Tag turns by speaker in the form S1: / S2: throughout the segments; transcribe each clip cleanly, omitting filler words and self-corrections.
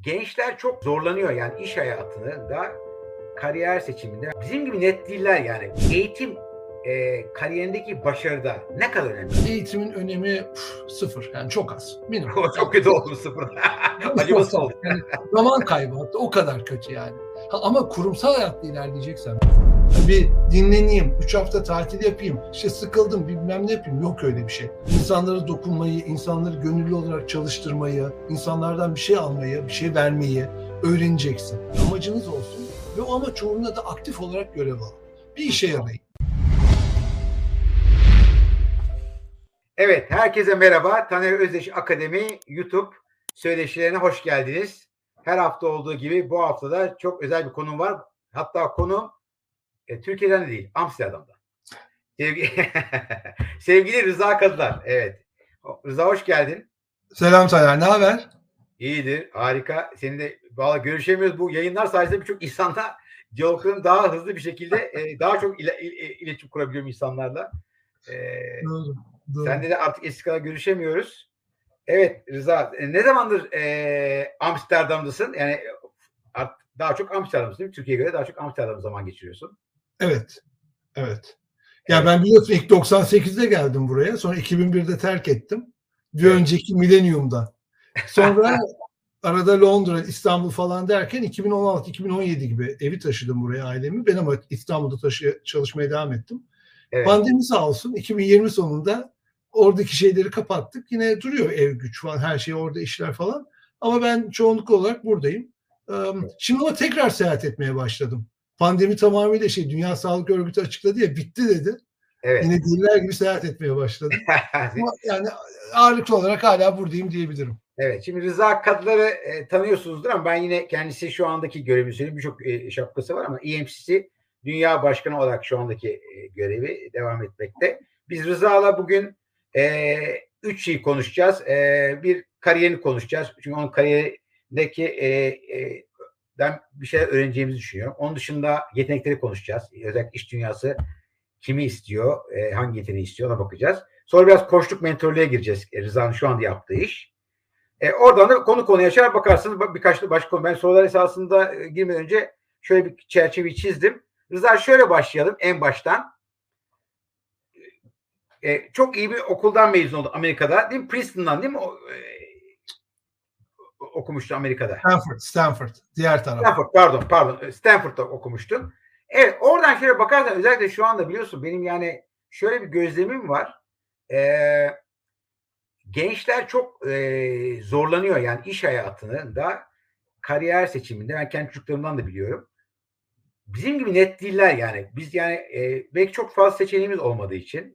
S1: Gençler çok zorlanıyor yani iş hayatında, kariyer seçiminde. Bizim gibi net değiller yani. Eğitim kariyerindeki başarıda ne kadar önemli?
S2: Eğitimin önemi sıfır. Yani çok az. Minimum.
S1: O çok kötü oldu, sıfır. Acımasız oldu.
S2: Yani zaman kaybı hatta o kadar kötü yani. Ama kurumsal hayatta ilerleyeceksen bir dinleneyim, 3 hafta tatil yapayım, işte sıkıldım bilmem ne yapayım. Yok öyle bir şey. İnsanlara dokunmayı, insanları gönüllü olarak çalıştırmayı, insanlardan bir şey almayı, bir şey vermeyi öğreneceksin. Amacınız olsun ve o amaç uğruna da aktif olarak görev alın. Bir işe yarayın.
S1: Evet, herkese merhaba. Taner Özdeş Akademi YouTube söyleşilerine hoş geldiniz. Her hafta olduğu gibi bu hafta da çok özel bir konum var. Hatta konu Türkiye'den de değil, Amsterdam'da. Sevgili Rıza Kadılar. Evet. Rıza hoş geldin.
S2: Selam Taner, ne haber?
S1: İyidir, harika. Seni de vallahi görüşemiyoruz. Bu yayınlar sayesinde birçok insanla diyaloglarım daha hızlı bir şekilde daha çok iletişim kurabiliyorum insanlarla.
S2: Doğru.
S1: Senle de artık eski kadar görüşemiyoruz. Evet Rıza, ne zamandır Amsterdam'dasın? Yani daha çok Amsterdam'dasın değil mi? Türkiye'ye göre daha çok Amsterdam'da zaman geçiriyorsun.
S2: Evet. Ya ben biliyorsun ilk 98'de geldim buraya. Sonra 2001'de terk ettim. Bir önceki milenyumda. Sonra arada Londra, İstanbul falan derken 2016-2017 gibi evi taşıdım buraya ailemi. Ben ama İstanbul'da çalışmaya devam ettim. Evet. Pandemi sağ olsun 2020 sonunda oradaki şeyleri kapattık. Yine duruyor ev güç falan, her şey orada, işler falan. Ama ben çoğunlukla olarak buradayım. Şimdi ama tekrar seyahat etmeye başladım. Pandemi tamamıyla Dünya Sağlık Örgütü açıkladı ya, bitti dedi. Evet. Yine diller gibi seyahat etmeye başladım. Ama yani ağırlıklı olarak hala buradayım diyebilirim.
S1: Evet, şimdi Rıza Kadılar'ı tanıyorsunuzdur ama ben yine kendisi şu andaki görevi söyleyeyim. Birçok şapkası var ama EMCC Dünya Başkanı olarak şu andaki görevi devam etmekte. Biz Rıza'la bugün 3 şey konuşacağız. Bir kariyerini konuşacağız. Çünkü onun kariyerindeki bir şeyler öğreneceğimizi düşünüyorum. Onun dışında yetenekleri konuşacağız. Özellikle iş dünyası kimi istiyor, hangi yeteneği istiyor ona bakacağız. Sonra biraz koçluk mentorluğuna gireceğiz. Rıza'nın şu anda yaptığı iş. Oradan da konu yaşar bakarsınız birkaç da başka konu. Ben sorular esasında girmeden önce şöyle bir çerçeveyi çizdim. Rıza şöyle başlayalım en baştan. Çok iyi bir okuldan mezun oldu Amerika'da. Değil mi? Princeton'dan değil mi? Okumuştu Amerika'da.
S2: Stanford. Diğer taraf.
S1: Pardon. Stanford'da okumuştun. Evet, oradan şöyle bakarsan özellikle şu anda biliyorsun benim yani şöyle bir gözlemim var. Gençler çok zorlanıyor yani iş hayatında, kariyer seçiminde. Ben kendi çocuklarımdan da biliyorum. Bizim gibi net değiller yani. Biz yani belki çok fazla seçeneğimiz olmadığı için,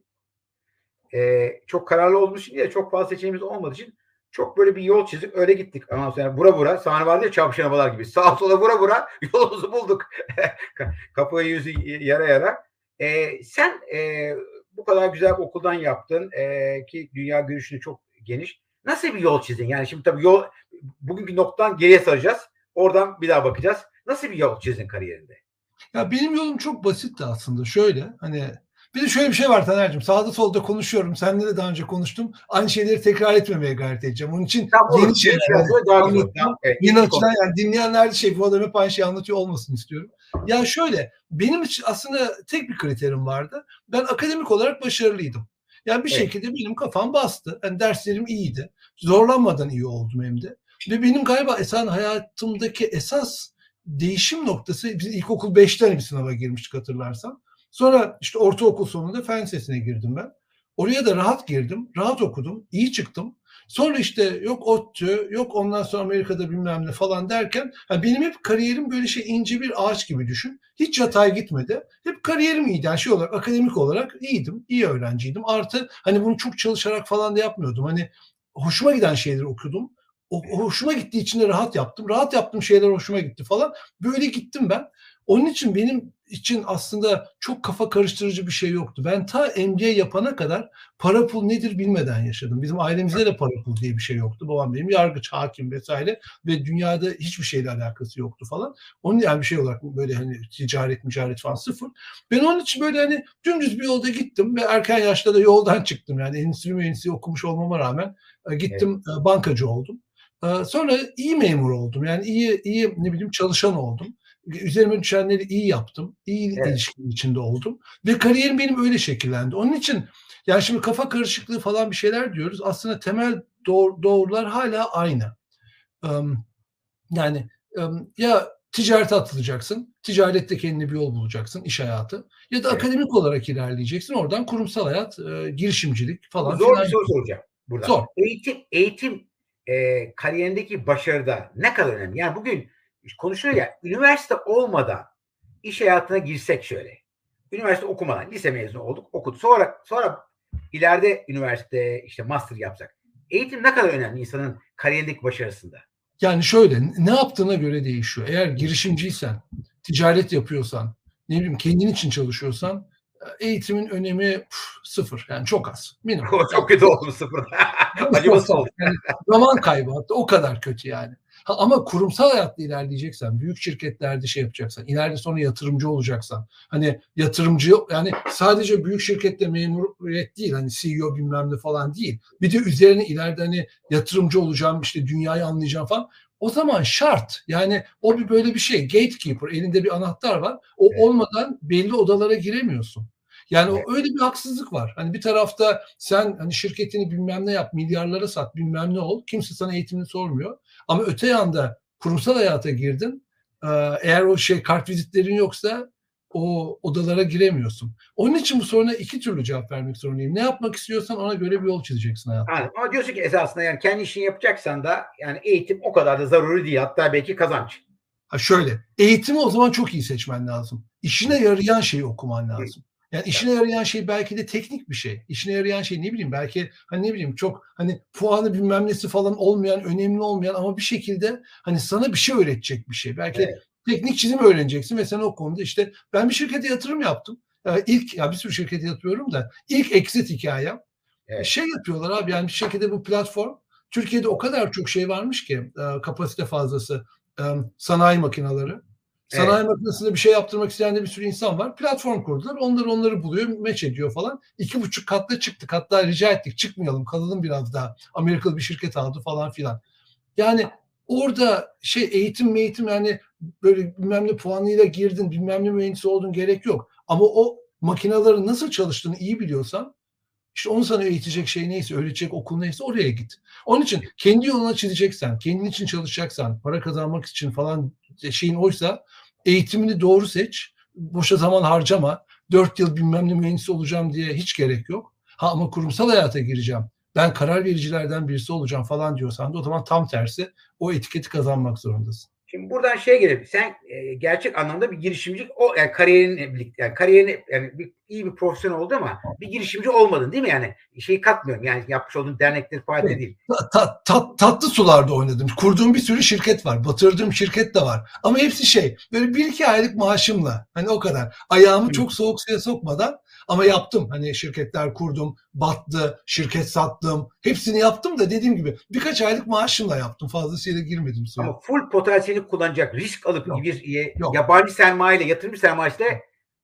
S1: çok kararlı olduğumuz için değil, çok fazla seçeneğimiz olmadığı için çok böyle bir yol çizdik, öyle gittik. Ondan sonra vura sahne vardı ya, çarpışan havalar gibi. Sağa sola vura yolumuzu bulduk. Kafayı yüzü yara. Sen bu kadar güzel bir okuldan yaptın ki dünya görüşünü çok geniş. Nasıl bir yol çizdin? Yani şimdi tabii bugünkü noktadan geriye saracağız. Oradan bir daha bakacağız. Nasıl bir yol çizdin kariyerinde?
S2: Ya benim yolum çok basitti aslında. Şöyle bir de şöyle bir şey var Taner'cim. Sağda solda konuşuyorum. Seninle de daha önce konuştum. Aynı şeyleri tekrar etmemeye gayret edeceğim. Onun için yeni şeyler anlatacağım. Yeni açıdan yani dinleyenler de bu adam hep aynı şeyi anlatıyor olmasın istiyorum. Ya şöyle, benim için aslında tek bir kriterim vardı. Ben akademik olarak başarılıydım. Yani bir şekilde benim kafam bastı. Yani derslerim iyiydi. Zorlanmadan iyi oldum hem de. Ve benim galiba hayatımdaki esas değişim noktası, biz ilkokul 5'ten bir sınava girmiştik hatırlarsan. Sonra işte ortaokul sonunda fen lisesine girdim ben. Oraya da rahat girdim, rahat okudum, iyi çıktım. Sonra işte yok ODTÜ, yok ondan sonra Amerika'da bilmem ne falan derken benim hep kariyerim böyle ince bir ağaç gibi düşün. Hiç yatay gitmedi. Hep kariyerim iyiydi. Yani olarak, akademik olarak iyiydim, iyi öğrenciydim. Artı bunu çok çalışarak falan da yapmıyordum. Hoşuma giden şeyleri okudum. O hoşuma gittiği için de rahat yaptım. Rahat yaptığım şeyler hoşuma gitti falan. Böyle gittim ben. Onun için benim için aslında çok kafa karıştırıcı bir şey yoktu. Ben ta MBA yapana kadar para pul nedir bilmeden yaşadım. Bizim ailemizde de para pul diye bir şey yoktu. Babam benim yargıç, hakim vesaire ve dünyada hiçbir şeyle alakası yoktu falan. Onun yani bir şey olarak böyle ticaret falan sıfır. Ben onun için böyle dümdüz bir yolda gittim ve erken yaşta da yoldan çıktım. Yani endüstri mühendisliği okumuş olmama rağmen gittim bankacı oldum. Sonra iyi memur oldum. Yani iyi ne bileyim çalışan oldum. Üzerime düşenleri iyi yaptım. İyi
S1: Evet.
S2: ilişkiler içinde oldum ve kariyerim benim öyle şekillendi. Onun için yani şimdi kafa karışıklığı falan bir şeyler diyoruz. Aslında temel doğrular hala aynı. Yani ya ticarete atılacaksın, ticarette kendine bir yol bulacaksın, iş hayatı ya da
S1: Evet.
S2: akademik olarak ilerleyeceksin. Oradan kurumsal hayat, girişimcilik
S1: Ama
S2: falan
S1: zor
S2: filan.
S1: bir soru soracağım burada.
S2: Zor.
S1: Eğitim kariyerindeki başarıda ne kadar önemli? Yani bugün konuşuluyor ya, üniversite olmadan iş hayatına girsek şöyle. Üniversite okumadan lise mezunu olduk, okuduk. Sonra ileride üniversite işte master yapsak. Eğitim ne kadar önemli insanın kariyerindeki başarısında?
S2: Yani şöyle, ne yaptığına göre değişiyor. Eğer girişimciysen, ticaret yapıyorsan, ne bileyim kendin için çalışıyorsan eğitimin önemi sıfır. Yani çok az. Minimum.
S1: O
S2: Yani
S1: çok kötü oldu sıfırda. Acımasız oldu.
S2: yani zaman kaybı hatta o kadar kötü yani. Ama kurumsal hayatta ilerleyeceksen, büyük şirketlerde şey yapacaksan, ileride sonra yatırımcı olacaksan, hani yatırımcı yani sadece büyük şirkette memuriyet değil, hani CEO bilmem ne falan değil. Bir de üzerine ileride hani yatırımcı olacağım, işte dünyayı anlayacağım falan. O zaman şart. Yani o böyle bir şey. Gatekeeper, elinde bir anahtar var. O
S1: Evet.
S2: olmadan belli odalara giremiyorsun. Yani
S1: Evet.
S2: öyle bir haksızlık var. Hani bir tarafta sen hani şirketini bilmem ne yap, milyarlara sat, bilmem ne ol. Kimse sana eğitimini sormuyor. Ama öte yanda kurumsal hayata girdin. Eğer o kart vizitlerin yoksa o odalara giremiyorsun. Onun için bu soruna iki türlü cevap vermek zorundayım. Ne yapmak istiyorsan ona göre bir yol çizeceksin hayatta.
S1: Ama diyorsun ki esasında yani kendi işini yapacaksan da yani eğitim o kadar da zaruri değil. Hatta belki kazanç.
S2: Şöyle, eğitimi o zaman çok iyi seçmen lazım. İşine yarayan şeyi okuman lazım. Yani işine yarayan şey belki de teknik bir şey. İşine yarayan şey ne bileyim belki hani ne bileyim çok hani puanı bilmem nesi falan olmayan, önemli olmayan ama bir şekilde hani sana bir şey öğretecek bir şey. Belki
S1: Evet.
S2: teknik çizim öğreneceksin ve sen o konuda işte ben bir şirkete yatırım yaptım. Bir sürü şirkete yatıyorum da ilk exit hikayem
S1: Evet.
S2: şey yapıyorlar abi yani bir şekilde bu platform Türkiye'de o kadar çok şey varmış ki kapasite fazlası sanayi makineleri.
S1: Evet.
S2: Sanayi makinesinde bir şey yaptırmak isteyen de bir sürü insan var. Platform kurdular. Onları buluyor, meç ediyor falan. 2,5 katla çıktık. Hatta rica ettik çıkmayalım, kalalım biraz daha. Amerikalı bir şirket aldı falan filan. Yani orada eğitim yani böyle bilmem ne puanıyla girdin, bilmem ne mühendisi oldun gerek yok. Ama o makinelerin nasıl çalıştığını iyi biliyorsan işte onu sana eğitecek şey neyse, öğretecek okul neyse oraya git. Onun için kendi yoluna çizeceksen, kendin için çalışacaksan, para kazanmak için falan şeyin oysa eğitimini doğru seç. Boşa zaman harcama. 4 yıl bilmem ne mühendisi olacağım diye hiç gerek yok. Ama kurumsal hayata gireceğim. Ben karar vericilerden birisi olacağım falan diyorsan da o zaman tam tersi o etiketi kazanmak zorundasın.
S1: Şimdi buradan şeye gelelim. Sen gerçek anlamda bir girişimci yani kariyerin yani iyi bir profesyonel oldu ama bir girişimci olmadın değil mi yani? Şeyi katmıyorum. Yani yapmış olduğun dernekler faaliyeti değil.
S2: Tatlı sularda oynadım. Kurduğum bir sürü şirket var. Batırdığım şirket de var. Ama hepsi böyle 1-2 aylık maaşımla. Hani o kadar. Ayağımı çok soğuk suya sokmadan ama yaptım. Hani şirketler kurdum, battı, şirket sattım. Hepsini yaptım da dediğim gibi birkaç aylık maaşımla yaptım. Fazlasıyla girmedim suya.
S1: Ama full potansiyeli kullanacak, risk alıp
S2: Yok,
S1: bir
S2: yok,
S1: yabancı sermayeyle, yatırımcı sermayesiyle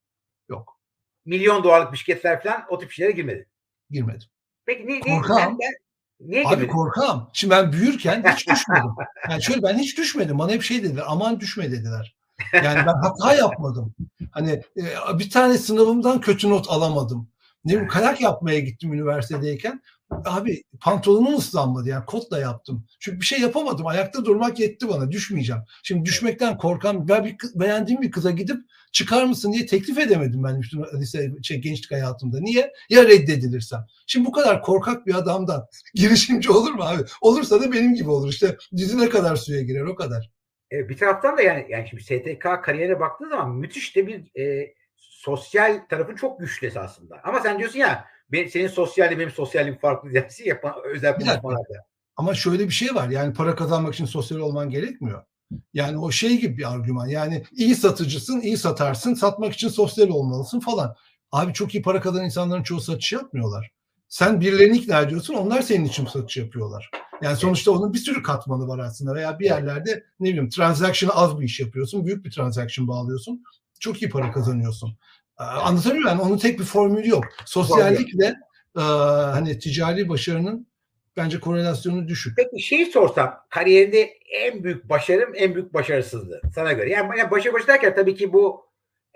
S2: yok.
S1: milyon dolarlık bir şirketler falan o tip şeylere girmedi.
S2: Girmedim.
S1: Peki
S2: Korkağım.
S1: niye
S2: Abi
S1: girmedin?
S2: korkağım. Şimdi ben büyürken hiç düşmedim. Yani şöyle ben hiç düşmedim. Bana hep şey dediler. Aman düşme dediler. Yani ben hata yapmadım. Hani bir tane sınavımdan kötü not alamadım. Ne bileyim kayak yapmaya gittim üniversitedeyken. Abi pantolonum ıslanmadı yani kotla yaptım. Çünkü bir şey yapamadım. Ayakta durmak yetti bana. Düşmeyeceğim. Şimdi düşmekten korkan ben beğendiğim bir kıza gidip çıkar mısın diye teklif edemedim ben gençlik hayatımda. Niye? Ya reddedilirsem. Şimdi bu kadar korkak bir adamdan girişimci olur mu abi? Olursa da benim gibi olur. İşte dizine kadar suya girer o kadar.
S1: Bir taraftan da yani şimdi STK kariyerine baktığın zaman müthiş de bir sosyal tarafı çok güçlü esasında. Ama sen diyorsun ya senin sosyalle benim sosyalliğim farklı dersi yapan özel
S2: Bir dakika.
S1: konuşmalarda.
S2: Ama şöyle bir şey var. Yani para kazanmak için sosyal olman gerekmiyor. Yani o şey gibi bir argüman. Yani iyi satıcısın, iyi satarsın, satmak için sosyal olmalısın falan. Abi çok iyi para kazanan insanların çoğu satış yapmıyorlar. Sen birilerini ikna ediyorsun, onlar senin için satış yapıyorlar. Yani
S1: Evet,
S2: sonuçta onun bir sürü katmanı var aslında. Veya bir
S1: evet.
S2: yerlerde ne bileyim transaction'a az bir iş yapıyorsun, büyük bir transaction bağlıyorsun. Çok iyi para kazanıyorsun. Anlatabiliyor muyum? Yani onun tek bir formülü yok.
S1: Formülü.
S2: Sosyallikle hani ticari başarının Bence korelasyonu düşük.
S1: Peki şeyi sorsam, kariyerinde en büyük başarım, en büyük başarısızlığı sana göre. Yani başarı derken tabii ki bu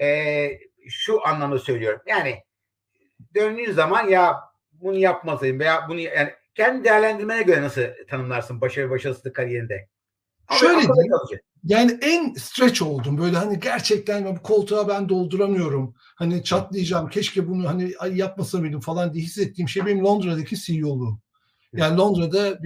S1: şu anlamda söylüyorum. Yani döndüğün zaman ya bunu yapmasaydım veya bunu, yani kendi değerlendirmene göre nasıl tanımlarsın başarı başarısızlık kariyerinde?
S2: Şöyle diyeyim, yani en stretch oldum. Böyle hani gerçekten bu koltuğa ben dolduramıyorum. Hani çatlayacağım. Keşke bunu hani yapmasa mıydım falan diye hissettiğim şey benim Londra'daki CEO'luğum. Yani Londra'da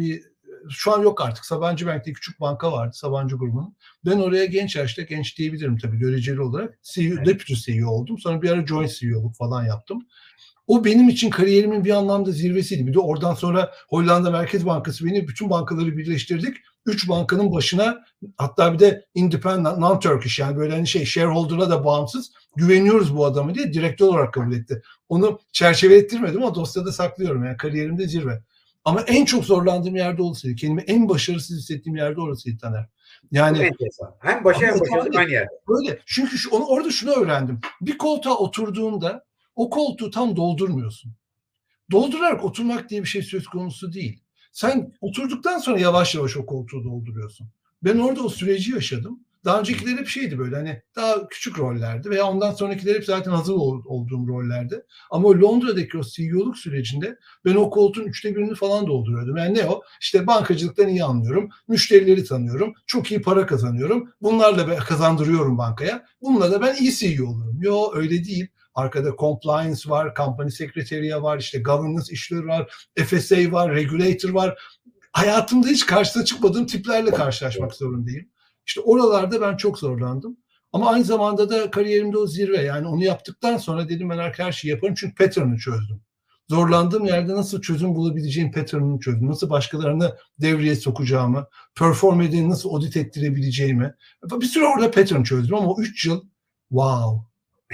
S2: şu an yok artık. Sabancı Bank'te küçük banka vardı. Sabancı grubunun. Ben oraya genç yaşta, genç diyebilirim tabii göreceli olarak, CEO, Deputy CEO oldum. Sonra bir ara Joint CEO'luk falan yaptım. O benim için kariyerimin bir anlamda zirvesiydi. Bir de oradan sonra Hollanda Merkez Bankası beni bütün bankaları birleştirdik. 3 bankanın başına, hatta bir de independent, non-Turkish, yani böyle hani shareholder'a da bağımsız, güveniyoruz bu adamı diye direktör olarak kabul etti. Onu çerçevelettirmedim ama dosyada saklıyorum, yani kariyerimde zirve. Ama en çok zorlandığım yerde orasıydı. Kendimi en başarısız hissettiğim yerde orasıydı Taner. Yani
S1: hem başarı hem başarısız aynı yerde.
S2: Böyle. Çünkü orada şunu öğrendim. Bir koltuğa oturduğunda o koltuğu tam doldurmuyorsun. Doldurarak oturmak diye bir şey söz konusu değil. Sen oturduktan sonra yavaş yavaş o koltuğu dolduruyorsun. Ben orada o süreci yaşadım. Daha öncekiler hep şeydi, böyle hani daha küçük rollerdi veya ondan sonrakiler hep zaten hazır olduğum rollerdi. Ama Londra'daki o CEO'luk sürecinde ben o koltuğun 1/3'ünü falan dolduruyordum. Yani ne o? İşte bankacılıktan iyi anlıyorum, müşterileri tanıyorum, çok iyi para kazanıyorum, bunlarla ben kazandırıyorum bankaya. Bununla da ben iyi CEO olurum. Yo, öyle değil. Arkada compliance var, company secretariat var, işte governance işleri var, FSA var, regulator var. Hayatımda hiç karşısına çıkmadığım tiplerle karşılaşmak zorundayım. İşte oralarda ben çok zorlandım. Ama aynı zamanda da kariyerimde o zirve. Yani onu yaptıktan sonra dedim ben her şeyi yaparım, çünkü pattern'ı çözdüm. Zorlandığım yerde nasıl çözüm bulabileceğim pattern'ını çözdüm. Nasıl başkalarını devreye sokacağımı, perform edeni nasıl audit ettirebileceğimi. Bir süre orada pattern çözdüm ama o 3 yıl wow.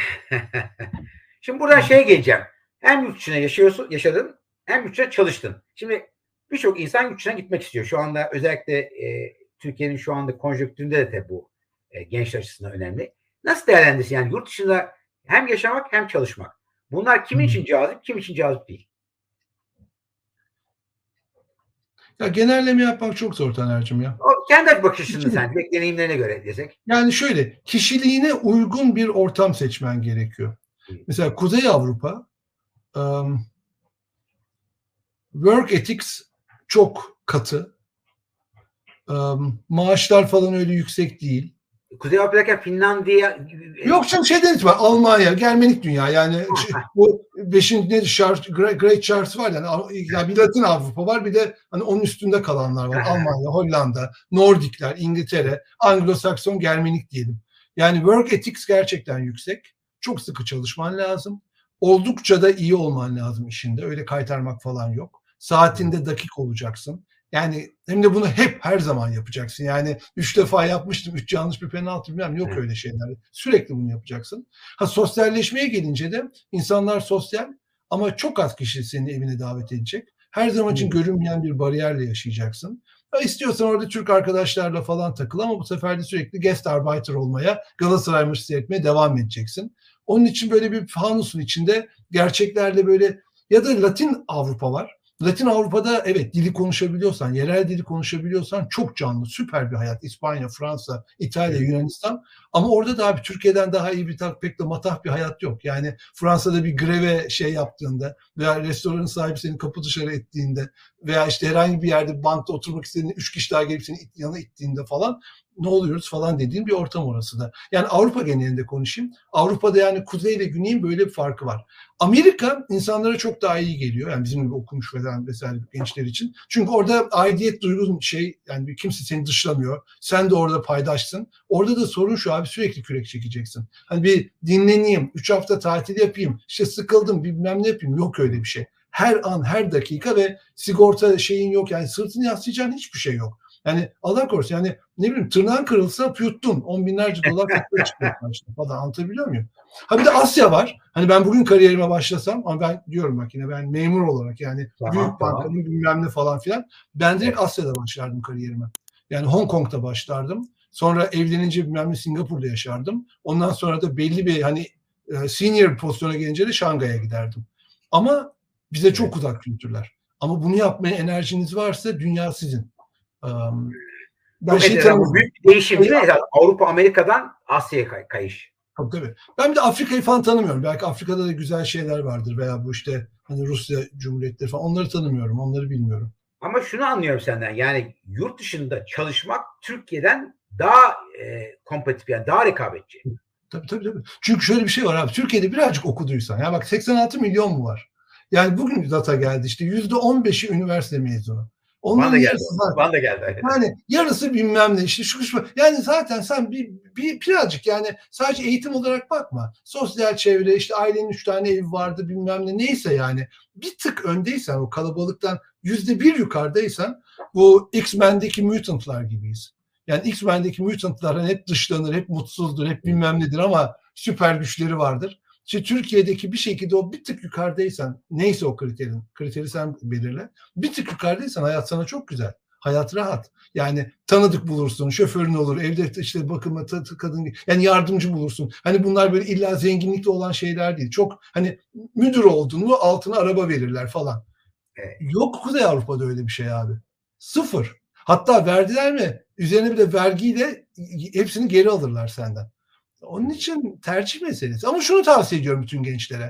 S1: Şimdi buradan geleceğim. Hem yurt dışına yaşadın, hem yurt dışına çalıştın. Şimdi birçok insan yurt dışına gitmek istiyor. Şu anda özellikle Türkiye'nin şu anda konjonktüründe de bu gençler açısından önemli. Nasıl değerlendirirsin? Yani yurt dışında hem yaşamak hem çalışmak. Bunlar kimin için cazip, kim için cazip değil?
S2: Ya genelleme yapmak çok zor Taner'cim ya.
S1: O kendi bakış açısını sen, deneyimlerine göre desek.
S2: Yani şöyle, kişiliğine uygun bir ortam seçmen gerekiyor. Mesela Kuzey Avrupa, work ethics çok katı. Maaşlar falan öyle yüksek değil.
S1: Kuzey Avrupa derken Finlandiya...
S2: Yok canım, şeyden itibaren Almanya, Germenik dünya, yani bu 5. Great Charts var yani bir Latin Avrupa var, bir de hani onun üstünde kalanlar var. Almanya, Hollanda, Nordikler, İngiltere, Anglo-Sakson, Germenik diyelim. Yani work ethics gerçekten yüksek. Çok sıkı çalışman lazım. Oldukça da iyi olman lazım işinde. Öyle kaytarmak falan yok. Saatinde dakik olacaksın. Yani hem de bunu hep her zaman yapacaksın. Yani 3 defa yapmıştım, 3 yanlış bir penaltı bilmem, yok öyle şeyler. Sürekli bunu yapacaksın. Sosyalleşmeye gelince de insanlar sosyal ama çok az kişi seni evine davet edecek. Her zaman için görünmeyen bir bariyerle yaşayacaksın. İstiyorsan orada Türk arkadaşlarla falan takıl ama bu sefer de sürekli guest arbeiter olmaya, Galatasaray maçı seyretmeye devam edeceksin. Onun için böyle bir fanusun içinde gerçeklerle böyle, ya da Latin Avrupa var. Latin Avrupa'da evet, dili konuşabiliyorsan, yerel dili konuşabiliyorsan çok canlı, süper bir hayat. İspanya, Fransa, İtalya, Yunanistan. Ama orada da abi Türkiye'den daha iyi pek de matah bir hayat yok. Yani Fransa'da bir greve yaptığında veya restoranın sahibi seni kapı dışarı ettiğinde veya işte herhangi bir yerde bankta oturmak istediğinde 3 kişi daha gelip seni yana ittiğinde falan, ne oluyoruz falan dediğim bir ortam orası da. Yani Avrupa genelinde konuşayım. Avrupa'da yani kuzey ile güneyin böyle bir farkı var. Amerika insanlara çok daha iyi geliyor. Yani bizim gibi okumuş vesaire gençler için. Çünkü orada aidiyet duygun yani kimse seni dışlamıyor. Sen de orada paydaşsın. Orada da sorun şu abi, sürekli kürek çekeceksin. Hani bir dinleneyim, 3 hafta tatil yapayım, işte sıkıldım bilmem ne yapayım. Yok öyle bir şey. Her an, her dakika ve sigorta yok. Yani sırtını yaslayacağın hiçbir şey yok. Yani Allah korusun, yani ne bileyim, tırnağın kırılsa yuttun. 10 binlerce dolar fatura çıkıyor falan, anlatabiliyor muyum? Bir de Asya var. Hani ben bugün kariyerime başlasam, ama ben diyorum bak yine, ben memur olarak yani büyük bankanın bilmem ne falan filan, ben direkt Asya'da başlardım kariyerime. Yani Hong Kong'da başlardım. Sonra evlenince bilmem ne Singapur'da yaşardım. Ondan sonra da belli bir senior pozisyona gelince de Şangay'a giderdim. Ama bize çok uzak kültürler. Ama bunu yapmaya enerjiniz varsa dünya sizin.
S1: Ben bu büyük bir değişim değil mi? Avrupa, Amerika'dan Asya'ya kayış.
S2: Tabii. Ben bir de Afrika'yı falan tanımıyorum. Belki Afrika'da da güzel şeyler vardır veya bu işte hani Rusya Cumhuriyetleri falan. Onları tanımıyorum, onları bilmiyorum.
S1: Ama şunu anlıyorum senden. Yani yurt dışında çalışmak Türkiye'den daha kompetitif, yani daha rekabetçi.
S2: Tabii. Çünkü şöyle bir şey var abi. Türkiye'de birazcık okuduysan. Ya bak 86 milyon mu var? Yani bugün data geldi işte %15'i üniversite mezunu.
S1: Onların yarısı var. Bana da geldi.
S2: Yani yarısı bilmem ne işte şu. Yani zaten sen birazcık yani sadece eğitim olarak bakma. Sosyal çevre işte ailenin 3 tane evi vardı bilmem ne neyse yani. Bir tık öndeysen o kalabalıktan %1 yukarıdaysan bu X-Men'deki mutantlar gibiyiz. Yani X-Men'deki mutantlar hani hep dışlanır, hep mutsuzdur, hep bilmem nedir ama süper güçleri vardır. İşte Türkiye'deki bir şekilde o bir tık yukarıdaysan, neyse o kriteri sen belirle. Bir tık yukarıdaysan hayat sana çok güzel. Hayat rahat. Yani tanıdık bulursun, şoförün olur, evde işte bakıma kadın, yani yardımcı bulursun. Hani bunlar böyle illa zenginlikle olan şeyler değil. Çok hani müdür oldun mu altına araba verirler falan. Yok Kuzey Avrupa'da öyle bir şey abi. Sıfır. Hatta verdiler mi üzerine bir de vergiyle hepsini geri alırlar senden. Onun için tercih meselesi. Ama şunu tavsiye ediyorum bütün gençlere.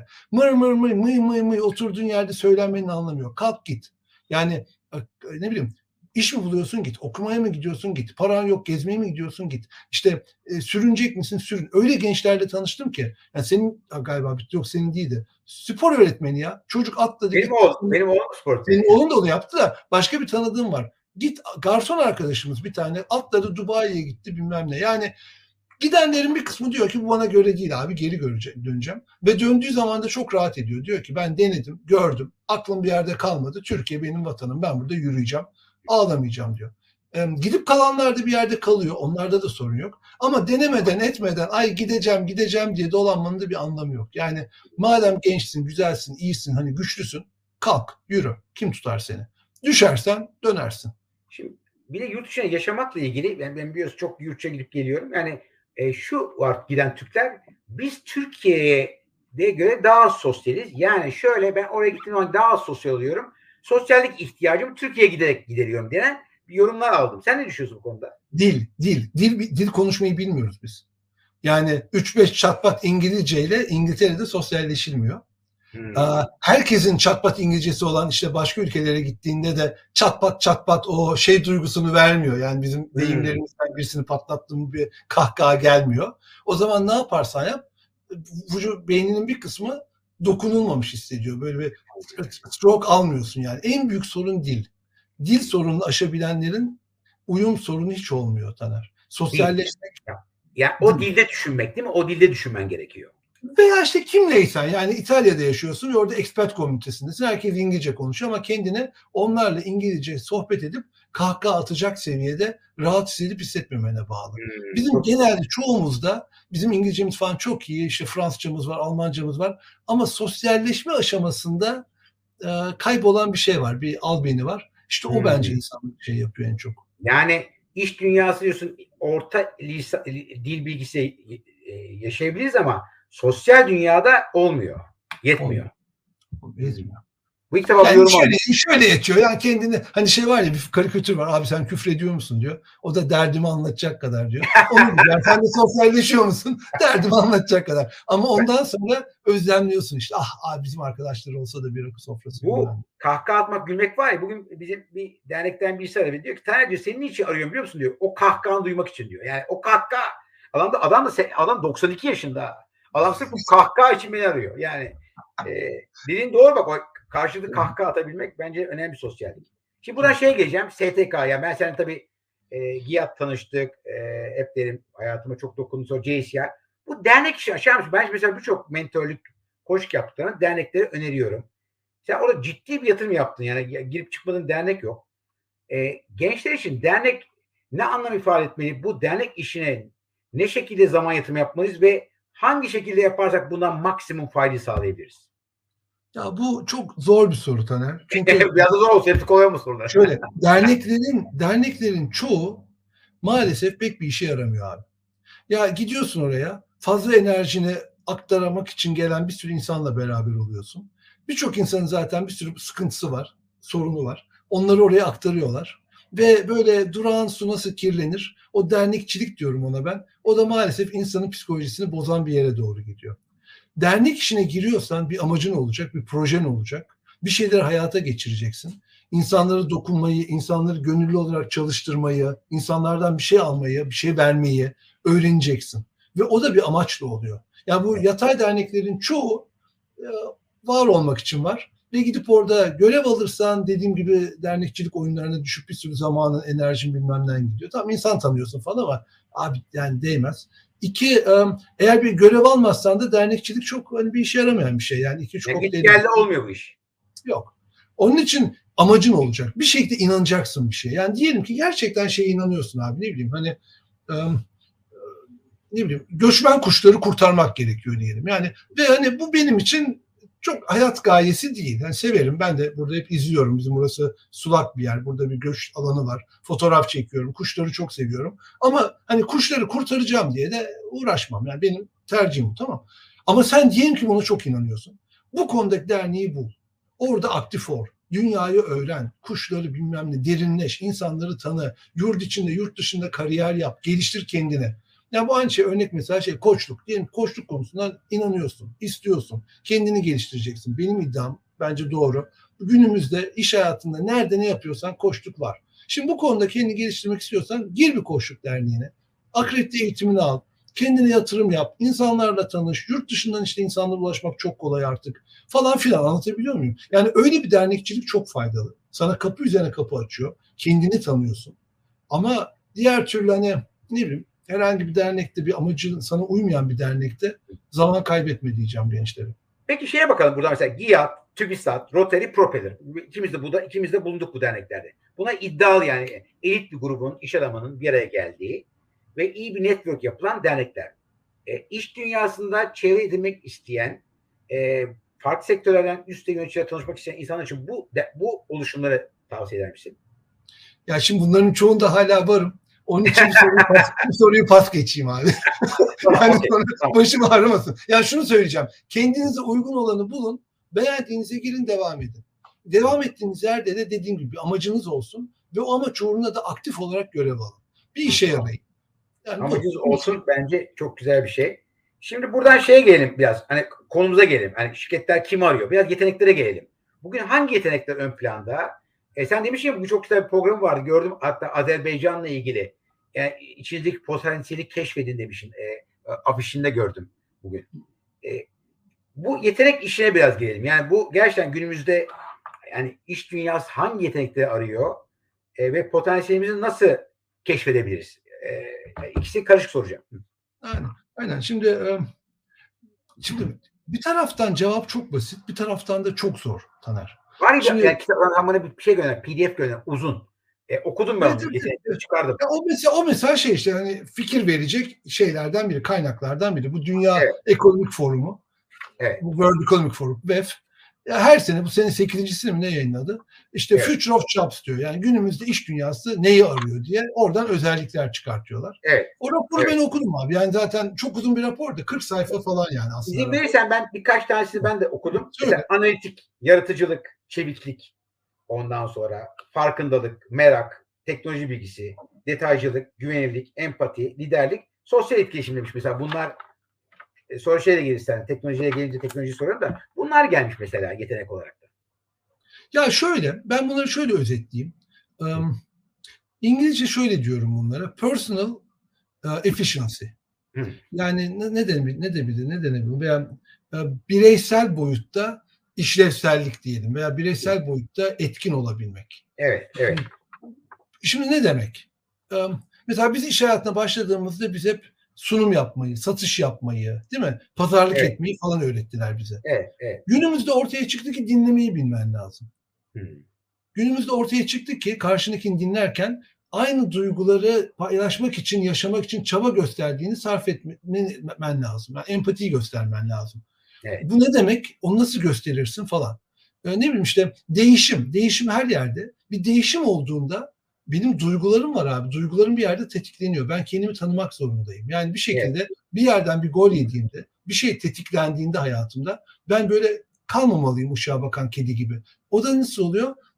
S2: Mıy oturduğun yerde söylenmenin anlamı yok. Kalk git. Yani ne bileyim iş mi buluyorsun git. Okumaya mı gidiyorsun git. Paran yok gezmeye mi gidiyorsun git. İşte sürünecek misin sürün. Öyle gençlerle tanıştım ki. Yani senin galiba yok senin değildi. Spor öğretmeni ya. Çocuk atladı.
S1: Benim oğlum spor.
S2: Senin oğlun da onu yaptı da başka bir tanıdığım var. Git garson arkadaşımız bir tane atladı Dubai'ye gitti bilmem ne. Yani gidenlerin bir kısmı diyor ki bu bana göre değil abi geri döneceğim. Ve döndüğü zaman da çok rahat ediyor. Diyor ki ben denedim, gördüm. Aklım bir yerde kalmadı. Türkiye benim vatanım. Ben burada yürüyeceğim. Ağlamayacağım diyor. Gidip kalanlar da bir yerde kalıyor. Onlarda da sorun yok. Ama denemeden etmeden ay gideceğim diye dolanmanın da bir anlamı yok. Yani madem gençsin, güzelsin, iyisin, hani güçlüsün kalk, yürü. Kim tutar seni? Düşersen dönersin.
S1: Şimdi bir de yurt dışına yaşamakla ilgili ben biliyorsun çok yurt dışına gidip geliyorum. Yani şu var giden Türkler, biz Türkiye'ye göre daha sosyaliz. Yani şöyle ben oraya gittiğim zaman daha sosyal oluyorum. Sosyallik ihtiyacımı Türkiye'ye giderek gideriyorum diye bir yorumlar aldım. Sen ne düşünüyorsun bu konuda?
S2: Dil konuşmayı bilmiyoruz biz. Yani 3-5 çatpat İngilizce ile İngiltere'de sosyalleşilmiyor. Herkesin çatpat İngilizcesi olan işte başka ülkelere gittiğinde de çatpat o şey duygusunu vermiyor. Yani bizim deyimlerimizden birisini patlattığım bir kahkaha gelmiyor. O zaman ne yaparsan yap beyninin bir kısmı dokunulmamış hissediyor. Böyle bir stroke almıyorsun yani. En büyük sorun dil. Dil sorununu aşabilenlerin uyum sorunu hiç olmuyor Taner. Sosyalleşmek.
S1: Yani o dilde düşünmek değil mi? O dilde düşünmen gerekiyor.
S2: Veya işte kimleysen yani İtalya'da yaşıyorsun ve orada expat komünitesindesin. Herkes İngilizce konuşuyor ama kendini onlarla İngilizce sohbet edip kahkaha atacak seviyede rahat hissedip hissetmemene bağlı. Bizim genelde çoğumuzda bizim İngilizcemiz falan çok iyi. İşte Fransızcamız var, Almancamız var. Ama sosyalleşme aşamasında kaybolan bir şey var. Bir albeni var. İşte o bence insan şey yapıyor en çok.
S1: Yani iş dünyası diyorsun orta dil bilgisi yaşayabiliriz ama sosyal dünyada olmuyor. Yetmiyor.
S2: Yetmiyor.
S1: Bu ilk defa
S2: yani şöyle yetiyor. Yani kendini hani şey var ya bir karikatür var. Abi sen küfrediyor musun diyor. O da derdimi anlatacak kadar diyor. Onu diyor. Sen de sosyalleşiyor musun? Derdimi anlatacak kadar. Ama ondan sonra özlemliyorsun işte. Ah abi bizim arkadaşlar olsa da bir rakı sofrası.
S1: Bu kahkaha atmak, gülmek var ya. Bugün bizim bir dernekten birisi aradı. Diyor ki Taner diyor senin için arıyorum biliyor musun diyor. O kahkahanı duymak için diyor. Yani o kahkaha adam 92 yaşında. Adam sırf bu kahkaha için beni arıyor. Yani dediğin doğru bak o karşılıklı kahkaha atabilmek bence önemli bir sosyallik. Şimdi buradan geleceğim. STK'ya. Ben seninle tabii GİAD tanıştık. Hep derim hayatıma çok dokundu. Sonra JCR. Bu dernek işi aşağı mısın? Ben mesela birçok mentörlük koçluk yaptıklarını derneklere öneriyorum. Sen orada ciddi bir yatırım yaptın. Yani girip çıkmadığın dernek yok. Gençler için dernek ne anlam ifade etmeli? Bu dernek işine ne şekilde zaman yatırım yapmalıyız ve hangi şekilde yaparsak bundan maksimum fayda sağlayabiliriz?
S2: Ya bu çok zor bir soru Taner. Çünkü
S1: biraz da zor olsa hepsi kolay mı sorular?
S2: Şöyle derneklerin çoğu maalesef pek bir işe yaramıyor abi. Ya gidiyorsun oraya fazla enerjini aktaramak için gelen bir sürü insanla beraber oluyorsun. Birçok insanın zaten bir sürü sıkıntısı var. sorunu var. Onları oraya aktarıyorlar. Ve böyle durağan su nasıl kirlenir? O dernekçilik diyorum ona ben. O da maalesef insanın psikolojisini bozan bir yere doğru gidiyor. Dernek işine giriyorsan bir amacın olacak, bir projen olacak. Bir şeyleri hayata geçireceksin. İnsanlara dokunmayı, insanları gönüllü olarak çalıştırmayı, insanlardan bir şey almayı, bir şey vermeyi öğreneceksin. Ve o da bir amaçla oluyor. Yani bu yatay derneklerin çoğu var olmak için var. Ve gidip orada görev alırsan dediğim gibi dernekçilik oyunlarına düşüp bir sürü zamanın, enerjin bilmemden gidiyor. Tamam insan tanıyorsun falan ama abi yani değmez. İki, eğer bir görev almazsan da dernekçilik çok hani bir işe yaramayan bir şey. Yani 2-3 kokteyl.
S1: Geldi olmuyor bu iş.
S2: Yok. Onun için amacın olacak. Bir şekilde inanacaksın bir şeye. Yani diyelim ki gerçekten şeye inanıyorsun abi ne bileyim hani ne bileyim göçmen kuşları kurtarmak gerekiyor diyelim. Yani ve hani bu benim için çok hayat gayesi değil. Yani severim. Ben de burada hep izliyorum. Bizim burası sulak bir yer. Burada bir göç alanı var. Fotoğraf çekiyorum. Kuşları çok seviyorum. Ama hani kuşları kurtaracağım diye de uğraşmam. Yani benim tercihim bu tamam. Ama sen diyelim ki buna çok inanıyorsun. Bu konudaki derneği bul. Orada aktif ol. Dünyayı öğren. Kuşları bilmem ne derinleş. İnsanları tanı. Yurt içinde yurt dışında kariyer yap. Geliştir kendini. Yani bu aynı şey örnek mesela koçluk. Diyelim koçluk konusundan inanıyorsun, istiyorsun. Kendini geliştireceksin. Benim iddiam bence doğru. Günümüzde iş hayatında nerede ne yapıyorsan koçluk var. Şimdi bu konuda kendini geliştirmek istiyorsan gir bir koçluk derneğine. Akredite eğitimini al. Kendine yatırım yap. İnsanlarla tanış. Yurt dışından işte insanlara ulaşmak çok kolay artık. Falan filan anlatabiliyor muyum? Yani öyle bir dernekçilik çok faydalı. Sana kapı üzerine kapı açıyor. Kendini tanıyorsun. Ama diğer türlü hani ne bileyim herhangi bir dernekte bir amacın sana uymayan bir dernekte zaman kaybetme diyeceğim gençlere.
S1: Peki şeye bakalım burada mesela GİAD, TÜBİSAT, Rotary, Propeller. İkimiz de bulunduk bu derneklerde. Buna iddialı yani elit bir grubun, iş adamının bir araya geldiği ve iyi bir network yapılan dernekler. İş dünyasında çevre edinmek isteyen, farklı sektörlerden üst yöneticilerle tanışmak isteyen insanlar için bu oluşumları tavsiye eder misin?
S2: Ya şimdi bunların çoğunda hala varım. Onun için bir soruyu pas geçeyim abi. Yani başım ağrımasın. Yani şunu söyleyeceğim. Kendinize uygun olanı bulun. Beğendiğinize girin devam edin. Devam ettiğiniz yerde de dediğim gibi bir amacınız olsun ve o amaç uğruna da aktif olarak görev alın. Bir işe yarayın.
S1: Yani amacınız olsun bence çok güzel bir şey. Şimdi buradan şeye gelelim biraz. Hani konumuza gelelim. Hani şirketler kimi arıyor? Biraz yeteneklere gelelim. Bugün hangi yetenekler ön planda? Sen demiştin bu çok güzel bir program vardı. Gördüm hatta Azerbaycan'la ilgili. Yani içinizdeki potansiyeli keşfedin demişsin. Afişinde gördüm bugün. Bu yetenek işine biraz gelelim. Yani bu gerçekten günümüzde yani iş dünyası hangi yetenekleri arıyor ve potansiyelimizi nasıl keşfedebiliriz? İkisi karışık soracağım.
S2: Aynen. Şimdi bir taraftan cevap çok basit, bir taraftan da çok zor Taner.
S1: Var ya şimdi, yani kitaplardan bana bir şey gönder, PDF gönder, uzun. Okudum ben onu, yetenekleri çıkardım.
S2: O mesela işte hani fikir verecek şeylerden biri, kaynaklardan biri. Bu Dünya Ekonomik Forumu. Evet. Bu World Economic Forum, WEF. Her sene bu sene 8.'sini mi ne yayınladı? İşte Future of Jobs diyor. Yani günümüzde iş dünyası neyi arıyor diye oradan özellikler çıkartıyorlar. Evet. O raporu ben okudum abi. Yani zaten çok uzun bir rapor da 40 sayfa falan yani aslında.
S1: İzin verirsen ben birkaç tanesini ben de okudum. Mesela analitik, yaratıcılık, çeviklik, ondan sonra farkındalık, merak, teknoloji bilgisi, detaycılık, güvenilirlik, empati, liderlik, sosyal etkileşim demiş mesela. Bunlar sonra şeyle gelirsen, teknolojiye gelince teknoloji soruyorum da bunlar gelmiş mesela yetenek olarak da.
S2: Ya şöyle, ben bunları şöyle özetleyeyim. İngilizce şöyle diyorum bunlara. Personal efficiency. Yani ne denebilir? Veya bireysel boyutta işlevsellik diyelim veya bireysel boyutta etkin olabilmek.
S1: Evet.
S2: Şimdi ne demek? Mesela biz iş hayatına başladığımızda biz hep sunum yapmayı, satış yapmayı, değil mi? Pazarlık etmeyi falan öğrettiler bize.
S1: Evet.
S2: Günümüzde ortaya çıktı ki dinlemeyi bilmen lazım. Günümüzde ortaya çıktı ki karşındakini dinlerken aynı duyguları paylaşmak için, yaşamak için çaba gösterdiğini sarf etmen lazım. Yani empatiyi göstermen lazım. Evet. Bu ne demek? Onu nasıl gösterirsin falan. Ne bileyim işte değişim her yerde. Bir değişim olduğunda benim duygularım var abi. Duygularım bir yerde tetikleniyor. Ben kendimi tanımak zorundayım. Yani bir şekilde bir yerden bir gol yediğimde, bir şey tetiklendiğinde hayatımda ben böyle kalmamalıyım uşağa bakan kedi gibi. O da nasıl oluyor?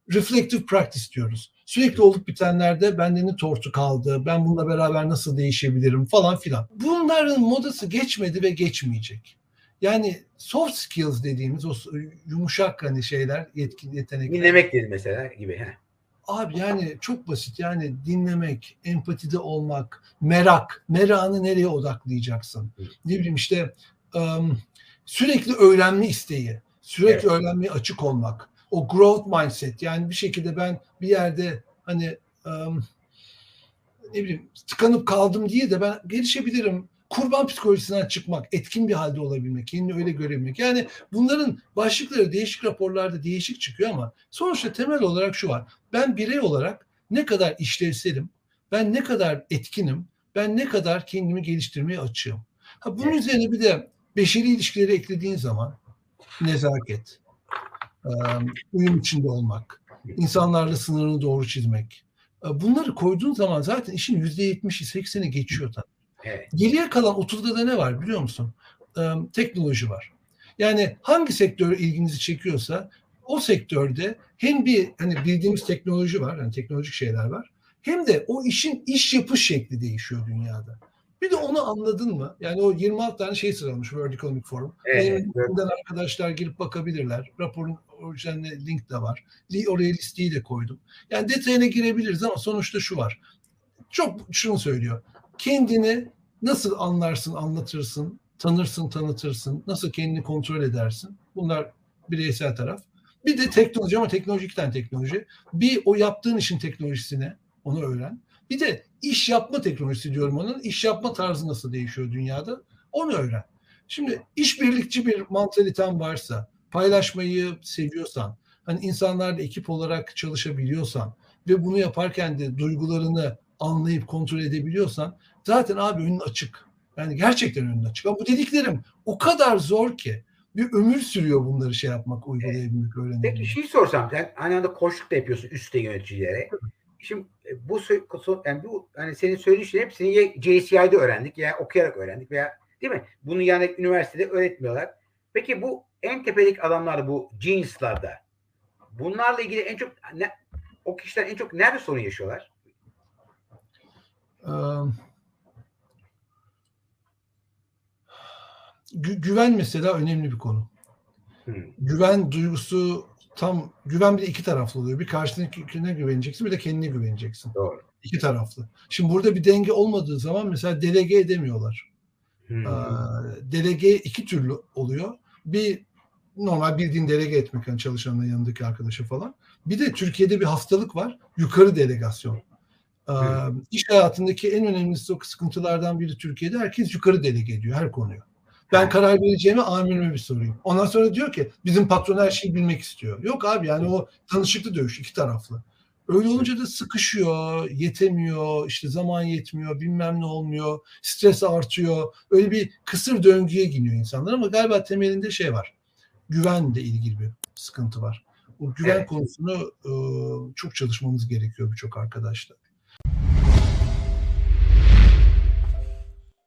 S2: reflective practice diyoruz. Sürekli olup bitenlerde bende ne tortu kaldı, ben bununla beraber nasıl değişebilirim falan filan. Bunların modası geçmedi ve geçmeyecek. Yani soft skills dediğimiz o yumuşak hani şeyler, yetenekler.
S1: Dinlemek dedi mesela gibi. He.
S2: Abi yani çok basit, yani dinlemek, empatide olmak, merak, merakını nereye odaklayacaksın? Ne bileyim işte sürekli öğrenme isteği, sürekli öğrenmeye açık olmak, o growth mindset, yani bir şekilde ben bir yerde hani ne bileyim tıkanıp kaldım diye de ben gelişebilirim. Kurban psikolojisinden çıkmak, etkin bir halde olabilmek, kendini öyle görebilmek. Yani bunların başlıkları değişik raporlarda değişik çıkıyor ama sonuçta temel olarak şu var. Ben birey olarak ne kadar işlevselim, ben ne kadar etkinim, ben ne kadar kendimi geliştirmeye açığım. Bunun üzerine bir de beşeri ilişkileri eklediğin zaman nezaket, uyum içinde olmak, insanlarla sınırını doğru çizmek. Bunları koyduğun zaman zaten işin %70'i 80'i geçiyor tabii. Evet. Geriye kalan 30'da da ne var biliyor musun? Teknoloji var. Yani hangi sektör ilginizi çekiyorsa o sektörde hem bir hani bildiğimiz teknoloji var, yani teknolojik şeyler var. Hem de o işin iş yapış şekli değişiyor dünyada. Bir de onu anladın mı? Yani o 26 tane şey sıralamış World Economic Forum. Evet. Arkadaşlar girip bakabilirler. Raporun orijinal link de var. Oraya listeyi de koydum. Yani detayına girebiliriz ama sonuçta şu var. Çok şunu söylüyor. Kendini nasıl anlarsın, anlatırsın, tanırsın, tanıtırsın, nasıl kendini kontrol edersin? Bunlar bireysel taraf. Bir de teknoloji, ama teknoloji 2 tane teknoloji. Bir o yaptığın işin teknolojisine, onu öğren. Bir de iş yapma teknolojisi diyorum onun. İş yapma tarzı nasıl değişiyor dünyada? Onu öğren. Şimdi işbirlikçi bir mantaliten varsa, paylaşmayı seviyorsan, hani insanlarla ekip olarak çalışabiliyorsan ve bunu yaparken de duygularını anlayıp kontrol edebiliyorsan zaten abi önün açık. Yani gerçekten önün açık. Ama bu dediklerim o kadar zor ki bir ömür sürüyor bunları şey yapmak, uygulayabilmek, öğrenebilmek.
S1: Peki şey sorsam, sen aynı anda koçluk da yapıyorsun üstte yöneticilere. Şimdi bu yani bu hani senin söylediğin şeyin hepsini ya JCI'de öğrendik ya okuyarak öğrendik veya değil mi? Bunu yani üniversitede öğretmiyorlar. Peki bu en tepedeki adamlar, bu genius'larda, bunlarla ilgili en çok o kişiler en çok nerede sorun yaşıyorlar?
S2: Güven mesela önemli bir konu. Güven duygusu, tam güven bir de 2 taraflı oluyor. Bir karşındakine güveneceksin, bir de kendine güveneceksin.
S1: Doğru.
S2: 2 taraflı. Şimdi burada bir denge olmadığı zaman mesela delege edemiyorlar. Delege 2 türlü oluyor. Bir normal bildiğin delege etmek, yani çalışanın yanındaki arkadaşı falan. Bir de Türkiye'de bir hastalık var. Yukarı delegasyon. İş hayatındaki en önemli sıkıntılardan biri Türkiye'de, herkes yukarı delege ediyor her konuyu. Ben karar vereceğime amirime bir sorayım. Ondan sonra diyor ki bizim patron her şeyi bilmek istiyor. Yok abi, yani o tanışıklı dövüş 2 taraflı. Öyle olunca da sıkışıyor, yetemiyor, işte zaman yetmiyor, bilmem ne olmuyor, stres artıyor. Öyle bir kısır döngüye giriyor insanlar ama galiba temelinde şey var. Güvenle ilgili bir sıkıntı var. O güven konusunu çok çalışmamız gerekiyor birçok arkadaşla.